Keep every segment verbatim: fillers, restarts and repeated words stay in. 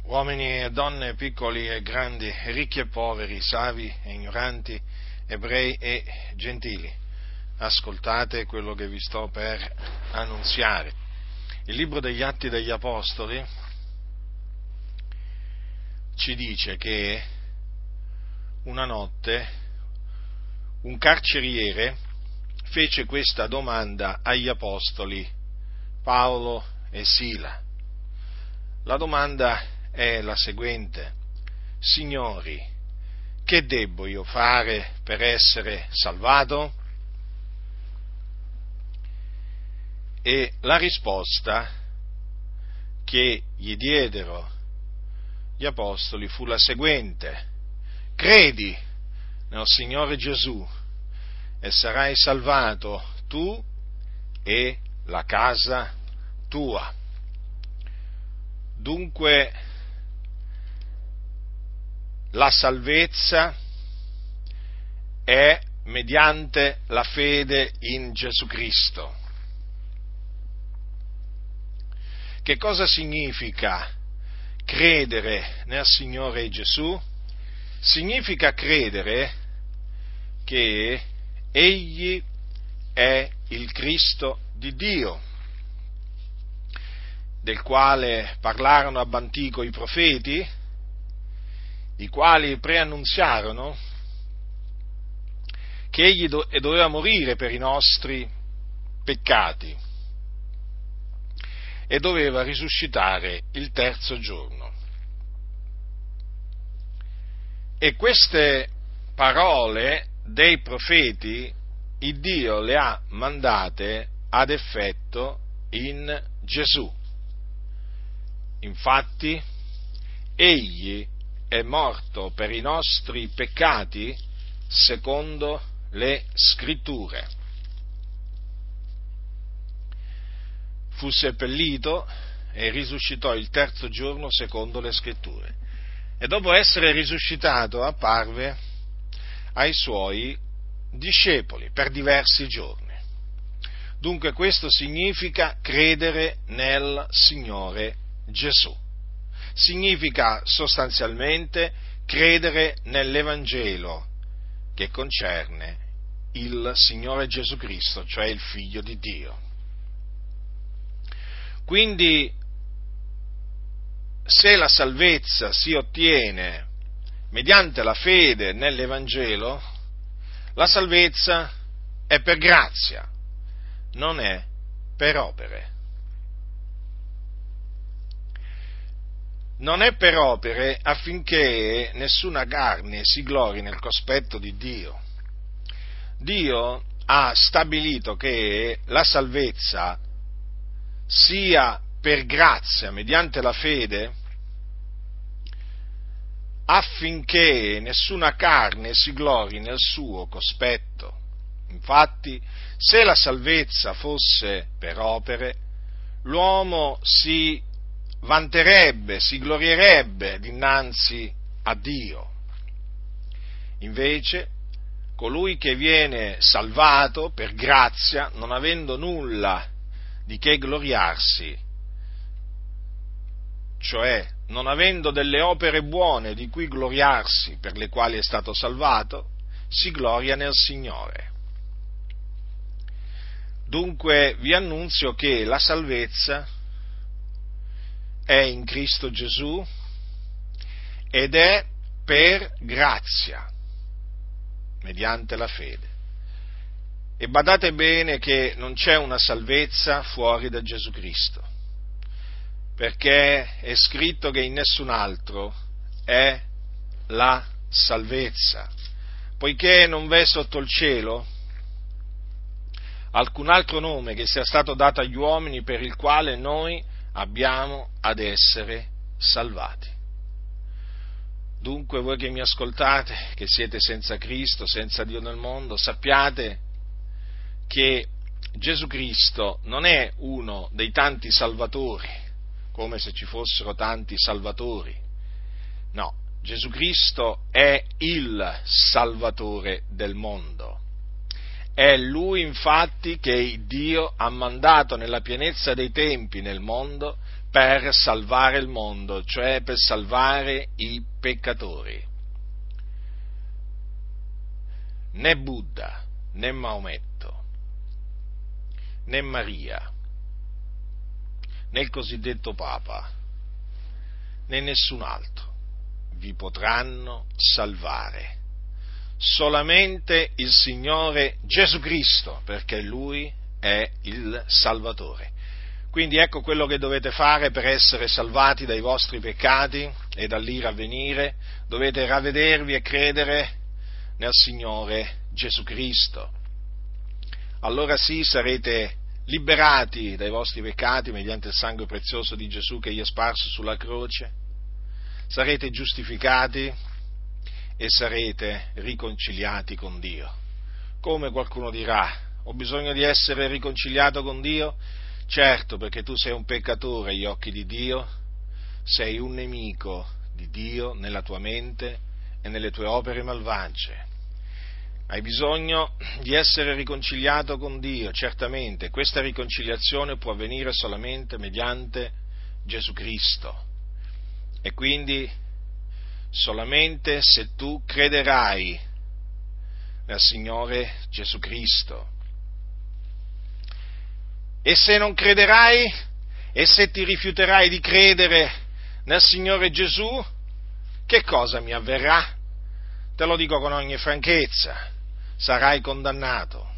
uomini e donne, piccoli e grandi, ricchi e poveri, savi e ignoranti, ebrei e gentili, ascoltate quello che vi sto per annunziare. Il libro degli Atti degli Apostoli ci dice che una notte un carceriere fece questa domanda agli apostoli Paolo e Sila. La domanda è la seguente: Signori, che debbo io fare per essere salvato? E la risposta che gli diedero gli apostoli fu la seguente: credi nel Signore Gesù e sarai salvato tu e la casa tua. Dunque la salvezza è mediante la fede in Gesù Cristo. Che cosa significa credere nel Signore Gesù? Significa credere che Egli è il Cristo di Dio, del quale parlarono ab antico i profeti, i quali preannunziarono che Egli do- doveva morire per i nostri peccati e doveva risuscitare il terzo giorno. E queste parole dei profeti il Dio le ha mandate ad effetto in Gesù. Infatti, Egli è morto per i nostri peccati secondo le Scritture. Fu seppellito e risuscitò il terzo giorno secondo le Scritture. E dopo essere risuscitato apparve ai suoi discepoli per diversi giorni. Dunque questo significa credere nel Signore Gesù. Significa sostanzialmente credere nell'Evangelo che concerne il Signore Gesù Cristo, cioè il Figlio di Dio. Quindi, se la salvezza si ottiene mediante la fede nell'Evangelo, la salvezza è per grazia, non è per opere. Non è per opere affinché nessuna carne si glori nel cospetto di Dio. Dio ha stabilito che la salvezza sia per grazia, mediante la fede, affinché nessuna carne si glori nel suo cospetto. Infatti, se la salvezza fosse per opere, l'uomo si vanterebbe, si glorierebbe dinanzi a Dio. Invece, colui che viene salvato per grazia, non avendo nulla di che gloriarsi, cioè non avendo delle opere buone di cui gloriarsi per le quali è stato salvato, si gloria nel Signore. Dunque vi annunzio che la salvezza è in Cristo Gesù ed è per grazia, mediante la fede. E badate bene che non c'è una salvezza fuori da Gesù Cristo, perché è scritto che in nessun altro è la salvezza, poiché non v'è sotto il cielo alcun altro nome che sia stato dato agli uomini per il quale noi abbiamo ad essere salvati. Dunque voi che mi ascoltate, che siete senza Cristo, senza Dio nel mondo, sappiate che Gesù Cristo non è uno dei tanti salvatori, come se ci fossero tanti salvatori. No, Gesù Cristo è il Salvatore del mondo. È Lui infatti che Dio ha mandato nella pienezza dei tempi nel mondo per salvare il mondo, cioè per salvare i peccatori. Né Buddha, né Maometto, né Maria, né il cosiddetto Papa, né nessun altro vi potranno salvare. Solamente il Signore Gesù Cristo, perché Lui è il Salvatore. Quindi ecco quello che dovete fare per essere salvati dai vostri peccati e dall'ira a venire: dovete ravvedervi e credere nel Signore Gesù Cristo. Allora sì, sarete liberati dai vostri peccati mediante il sangue prezioso di Gesù che Egli ha sparso sulla croce, sarete giustificati e sarete riconciliati con Dio. Come qualcuno dirà, ho bisogno di essere riconciliato con Dio? Certo, perché tu sei un peccatore agli occhi di Dio, sei un nemico di Dio nella tua mente e nelle tue opere malvagie. Hai bisogno di essere riconciliato con Dio, certamente. Questa riconciliazione può avvenire solamente mediante Gesù Cristo. E quindi solamente se tu crederai nel Signore Gesù Cristo. E se non crederai, e se ti rifiuterai di credere nel Signore Gesù, che cosa mi avverrà? Te lo dico con ogni franchezza: sarai condannato.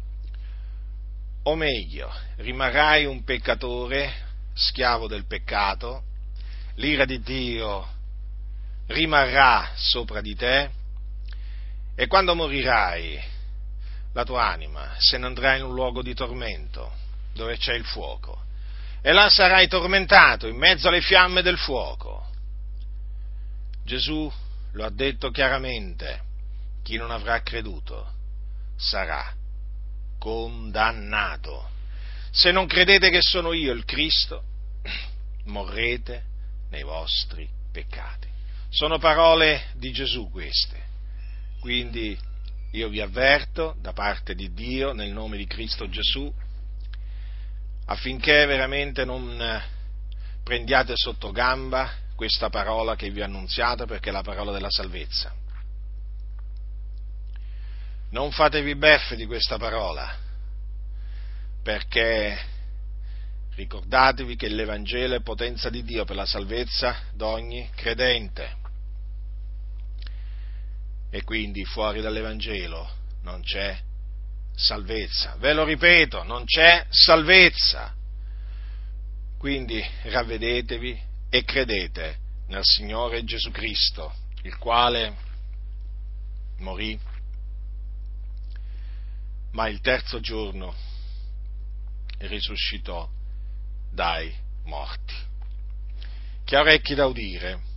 O meglio, rimarrai un peccatore, schiavo del peccato, l'ira di Dio rimarrà sopra di te, e quando morirai la tua anima se ne andrà in un luogo di tormento dove c'è il fuoco, e là sarai tormentato in mezzo alle fiamme del fuoco. Gesù lo ha detto chiaramente: chi non avrà creduto sarà condannato. Se non credete che sono io il Cristo, morrete nei vostri peccati. Sono parole di Gesù queste. Quindi io vi avverto da parte di Dio, nel nome di Cristo Gesù, affinché veramente non prendiate sotto gamba questa parola che vi ho annunziato, perché è la parola della salvezza. Non fatevi beffe di questa parola, perché ricordatevi che l'Evangelo è potenza di Dio per la salvezza d'ogni credente. E quindi fuori dall'Evangelo non c'è salvezza. Ve lo ripeto, non c'è salvezza. Quindi ravvedetevi e credete nel Signore Gesù Cristo, il quale morì, ma il terzo giorno risuscitò dai morti. Chi ha orecchi da udire,